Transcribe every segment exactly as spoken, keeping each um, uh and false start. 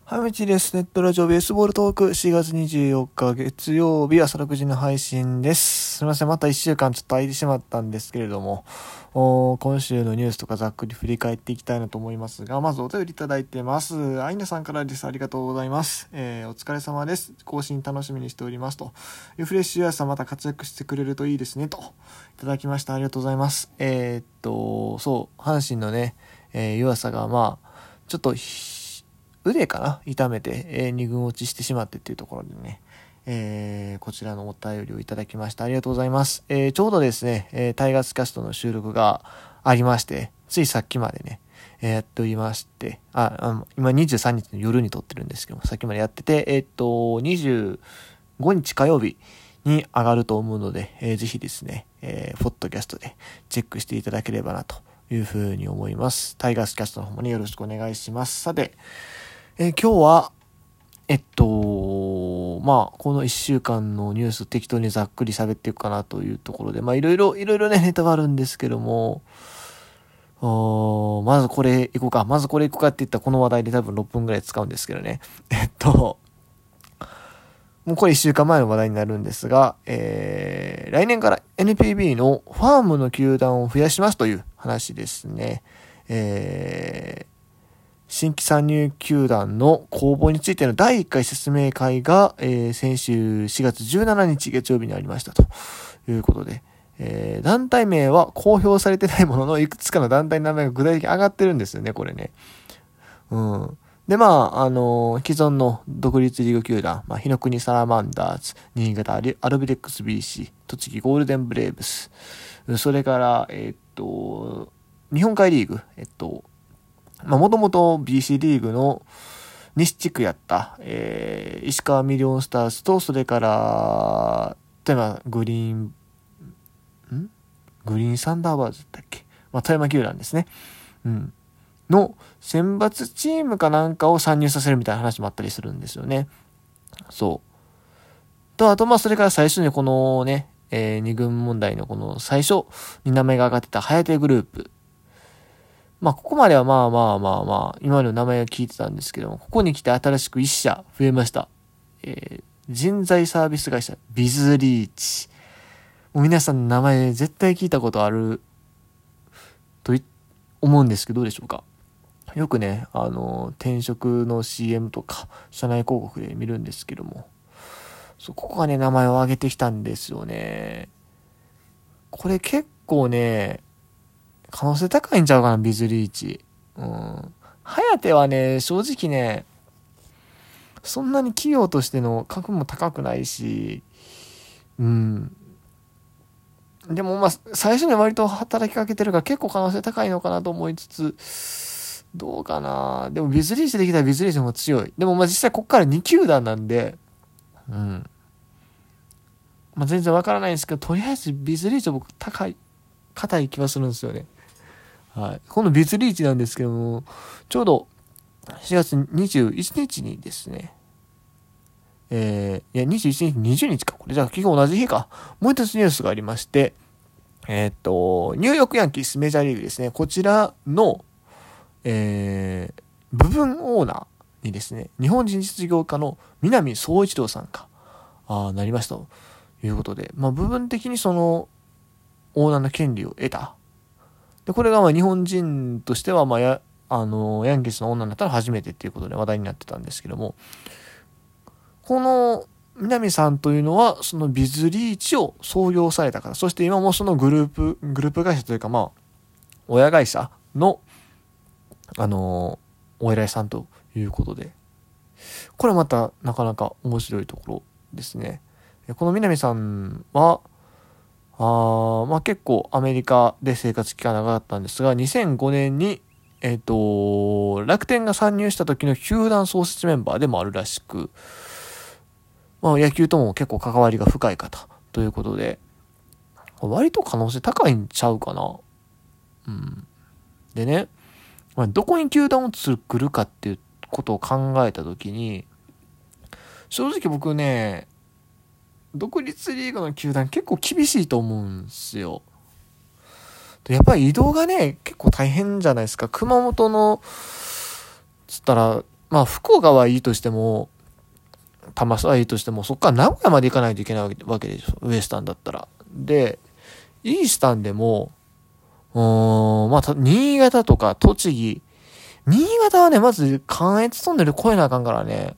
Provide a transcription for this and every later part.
はい、みちです。ネットラジオベースボールトークしがつにじゅうよっか月曜日朝ろくじの配信です。すみません、またいっしゅうかんちょっと空いてしまったんですけれども、今週のニュースとかざっくり振り返っていきたいなと思いますが、まずお便りいただいてます。アイナさんからです。ありがとうございます。えー、お疲れ様です。更新楽しみにしておりますと。リフレッシュヤーさんまた活躍してくれるといいですねと。いただきました。ありがとうございます。えー、っと、そう、阪神のね、えー、湯浅がまあ、ちょっと腕かな痛めて、えー、に軍落ちしてしまってっていうところでね、えー、こちらのお便りをいただきました。ありがとうございます。えー、ちょうどですね、えー、タイガースキャストの収録がありまして、ついさっきまでね、えー、やっておりまして、あ、あの今にじゅうさんにちの夜に撮ってるんですけども、さっきまでやってて、えー、っと、にじゅうごにち火曜日に上がると思うので、えー、ぜひですね、えー、ポッドキャストでチェックしていただければなというふうに思います。タイガースキャストの方もね、よろしくお願いします。さて、えー、今日は、えっと、まあ、このいっしゅうかんのニュース適当にざっくり喋っていくかなというところで、まあ、いろいろ、いろいろね、ネタがあるんですけども、まずこれいこうか。まずこれいこうかって言ったらこの話題で多分ろっぷんぐらい使うんですけどね。えっと、もうこれいっしゅうかんまえの話題になるんですが、えー、来年から エヌピービー のファームの球団を増やしますという話ですね。えー、新規参入球団の公募についてのだいいっかい説明会が、えー、先週しがつじゅうしちにち月曜日にありましたということで、えー、団体名は公表されてないもののいくつかの団体の名前が具体的に上がってるんですよね、これね。うん。で、まあ、あのー、既存の独立リーグ球団、まあ、日の国サラマンダーズ、新潟アルビレックス ビーシー、栃木ゴールデンブレーブス、それから、えー、っと、日本海リーグ、えっと、まあ、もともと ビーシー リーグの西地区やった、えー、石川ミリオンスターズと、それから、例えばグリーン、んグリーンサンダーバーズだっけ、まあ、富山球団ですね。うん。の選抜チームかなんかを参入させるみたいな話もあったりするんですよね。そう。と、あと、まあ、それから最初にこのね、えー、二軍問題のこの最初に名前が挙がってたハヤテグループ。まあ、ここまではまあまあまあまあ、今までの名前を聞いてたんですけども、ここに来て新しく一社増えました。えー、人材サービス会社、ビズリーチ。もう皆さんの名前絶対聞いたことあると思うんですけど、どうでしょうか。よくね、あの、転職の シーエム とか、社内広告で見るんですけども、そう、ここがね、名前を挙げてきたんですよね。これ結構ね、可能性高いんちゃうかな、ビズリーチ。うん。はやてはね、正直ね、そんなに企業としての格も高くないし、うん。でもまあ、最初に割と働きかけてるから結構可能性高いのかなと思いつつ、どうかな。でもビズリーチできたらビズリーチの方が強い。でもまあ実際こっからに球団なんで、うん。まあ全然わからないんですけど、とりあえずビズリーチは僕高い、硬い気がするんですよね。はい。このビズリーチなんですけども、ちょうどしがつにじゅういちにちにですね、えー、いや、にじゅういちにち、にじゅうにちか。これじゃあ結局同じ日か。もう一つニュースがありまして、えー、っと、ニューヨークヤンキースメジャーリーグですね。こちらの、えー、部分オーナーにですね、日本人実業家の南総一郎さんが、あなりましたということで、まあ部分的にその、オーナーの権利を得た。で、これがまあ日本人としては、まあや、あの、ヤンキースのオーナーになったら初めてっていうことで話題になってたんですけども、この南さんというのはそのビズリーチを創業された方、そして今もそのグループグループ会社というかまあ親会社のあのお偉いさんということで、これまたなかなか面白いところですね。この南さんはあまあ結構アメリカで生活期間長かったんですが、にせんごねんにえっと楽天が参入した時の球団創設メンバーでもあるらしく。まあ、野球とも結構関わりが深い方ということで、割と可能性高いんちゃうかな。うん。でね、まあ、どこに球団を作るかっていうことを考えたときに、正直僕ね、独立リーグの球団結構厳しいと思うんですよ。やっぱり移動がね、結構大変じゃないですか。熊本の、つったら、 まあ福岡はいいとしても、玉洲はいいとしても、そっから名古屋まで行かないといけないわけでしょ、ウエスタンだったら。で、イースタンでも、うーん、まあ、新潟とか栃木、新潟はね、まず関越トンネル越えなあかんからね。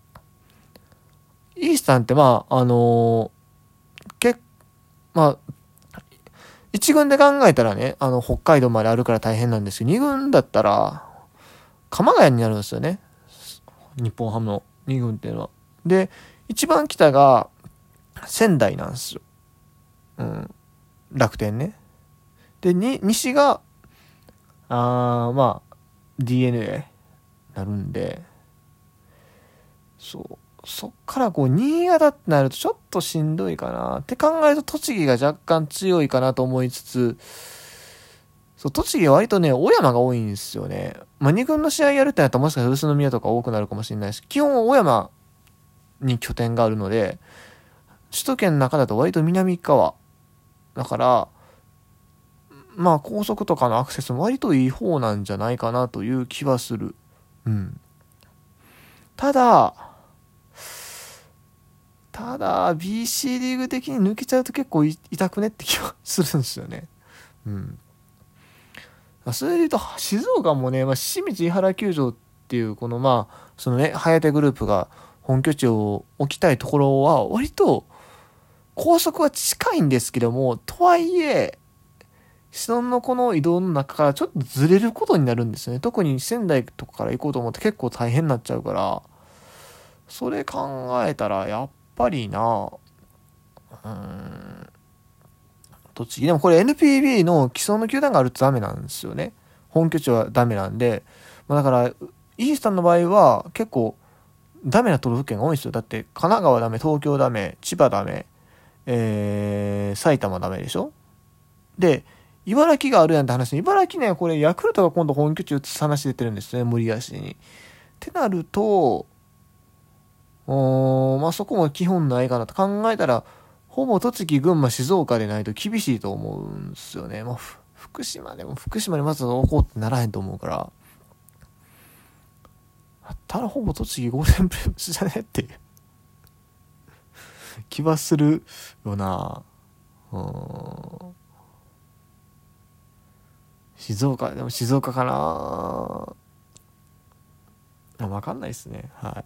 イースタンってまあ、あのー、けまあ、一軍で考えたらね、あの、北海道まであるから大変なんですけど、二軍だったら、鎌ヶ谷になるんですよね。日本ハムの二軍っていうのは。で、一番北が仙台なんですよ。うん。楽天ね。で、に、西が、あー、まあ、ディーエヌエー になるんで、そう。そっからこう、新潟ってなるとちょっとしんどいかな。って考えると栃木が若干強いかなと思いつつ、そう、栃木は割とね、小山が多いんですよね。まあ、二軍の試合やるってなったらもしかしたら宇都宮とか多くなるかもしれないし、基本小山に拠点があるので、首都圏の中だと割と南側。だから、まあ高速とかのアクセスも割といい方なんじゃないかなという気はする。うん。ただ、ただ ビーシー リーグ的に抜けちゃうと結構痛くねって気はするんですよね。うん。それで言うと静岡もね、まあ、清水井原球場っていうこのまあそのね颯グループが本拠地を置きたいところは割と高速は近いんですけども、とはいえ人のこの移動の中からちょっとずれることになるんですよね。特に仙台とかから行こうと思って結構大変になっちゃうから、それ考えたらやっぱりな、うーん、栃木でもこれ エヌピービー の既存の球団があるとダメなんですよね。本拠地はダメなんで、まあ、だからイースタンの場合は結構ダメな都道府県が多いんですよ。だって神奈川ダメ、東京ダメ、千葉ダメ、えー、埼玉ダメでしょ。で茨城があるやんって話。茨城ね、これヤクルトが今度本拠地移す話出てるんですね、森谷市に。ってなると、おー、まあそこも基本ないかなと考えたら、ほぼ栃木、群馬、静岡でないと厳しいと思うんですよね。まあ福島でも福島でまず置こうってならへんと思うから。ただほぼ栃木ゴールデンプレミスじゃねっていう気はするよな。うーん。静岡、でも静岡かな。あ、わかんないですね。はい。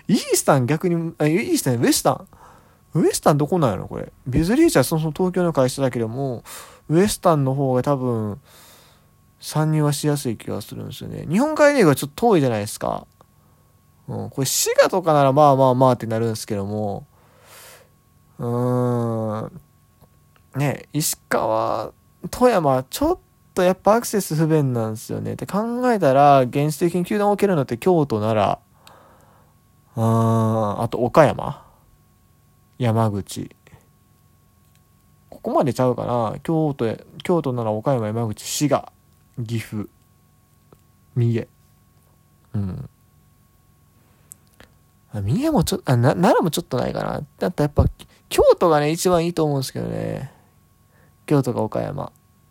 イースタン逆に、あ、イースタン、ウエスタン。ウエスタンどこなんやろこれ。ビズリーチはその東京の会社だけども、ウエスタンの方が多分、参入はしやすい気がするんですよね。日本海リーグはちょっと遠いじゃないですか。うん、これ滋賀とかならまあまあまあってなるんですけども、うーん、ね、石川、富山、ちょっとやっぱアクセス不便なんですよね。って考えたら、現実的に球団を置けるのって京都、奈良、あー、あと岡山、山口。ここまでちゃうかな。京都、京都、奈良、岡山、山口、滋賀、岐阜、三重。うん。三重もちょっと、あ、な、奈良もちょっとないかな。だってやっぱ、京都がね、一番いいと思うんですけどね。京都か岡山。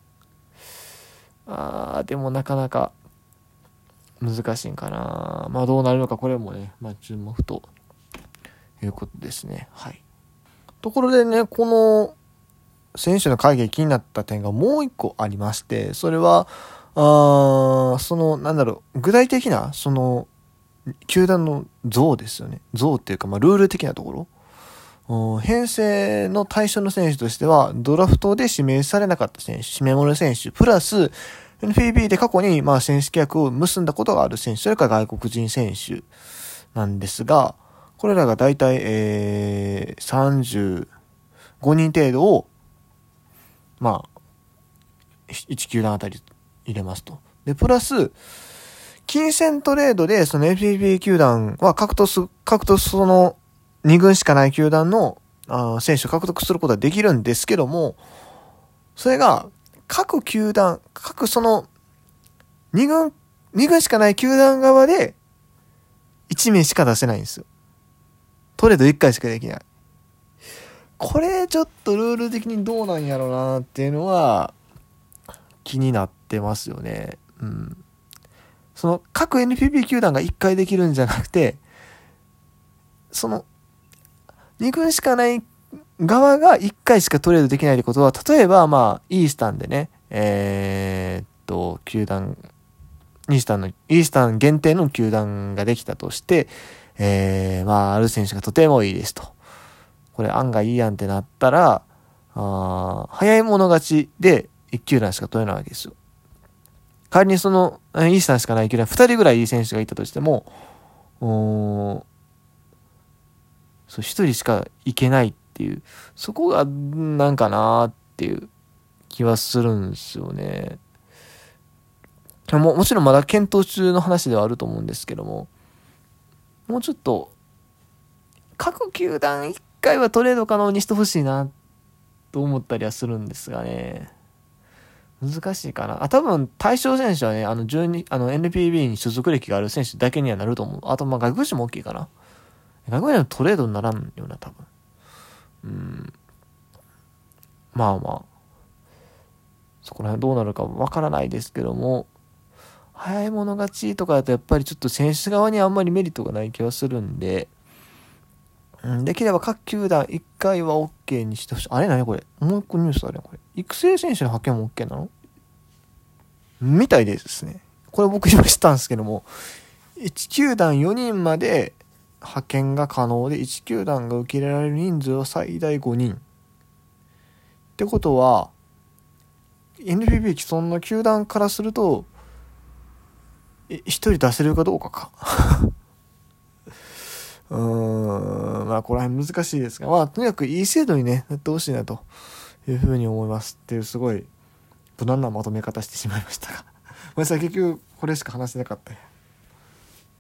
あー、でもなかなか難しいんかな。まあどうなるのか、これもね、まあ注目ということですね。はい。ところでね、この選手の会議で気になった点がもう一個ありまして、それは、あー、その、なんだろう、具体的な、その、球団の像ですよね。像っていうか、まあルール的なところ。編成の対象の選手としては、ドラフトで指名されなかった選手、指名物選手、プラス、エヌピービー で過去に、まあ、選手契約を結んだことがある選手、それから外国人選手なんですが、これらが大体、えー、さんじゅうごにん程度を、まあ、いち球団あたり入れますと。で、プラス、金銭トレードで、その エヌピービー 球団は獲得す、獲得その、に軍しかない球団のあ選手を獲得することはできるんですけども、それが各球団、各そのに軍、に軍しかない球団側でいち名しか出せないんですよ。トレードいっかいしかできない。これちょっとルール的にどうなんやろうなっていうのは気になってますよね。うん。 その各 エヌピービー 球団がいっかいできるんじゃなくて、そのに軍しかない側がいっかいしかトレードできないってことは、例えばまあイースタンでね、えー、っと球団イースタンのイースタン限定の球団ができたとして、えー、まあある選手がとてもいいですと、これ案外いいやんってなったら、あ早い者勝ちでいち球団しか取れないわけですよ。仮にそのイースタンしかない球団ふたりぐらいいい選手がいたとしても、おそうひとりしかいけないっていう、そこがなんかなーっていう気はするんですよね。ももちろんまだ検討中の話ではあると思うんですけども、もうちょっと各球団いっかいはトレード可能にしてほしいなと思ったりはするんですがね、難しいかな。あ、多分対象選手はね、あのじゅうにあの エヌピービー に所属歴がある選手だけにはなると思う。あとまあ外国人も大きいかな。外国人のトレードにならんような、多分。うん。まあまあそこら辺どうなるかわからないですけども、早い者勝ちとかだとやっぱりちょっと選手側にあんまりメリットがない気はするんで、うん、できれば各球団いっかいは OK にしてほしい。あれ何これ、もう一個ニュースあるよこれ。育成選手の派遣も OK なのみたいですね。これ僕今知ったんですけども、いち球団よにんまで派遣が可能で、いち球団が受け入れられる人数は最大ごにんってことは エヌピービー 既存の球団からするとひとり出せるかどうかかうーん、まあこの辺難しいですが、まあとにかくいい制度にねなってほしいなというふうに思いますっていう、すごい無難なまとめ方してしまいましたがごめんなさい、結局これしか話せなかった。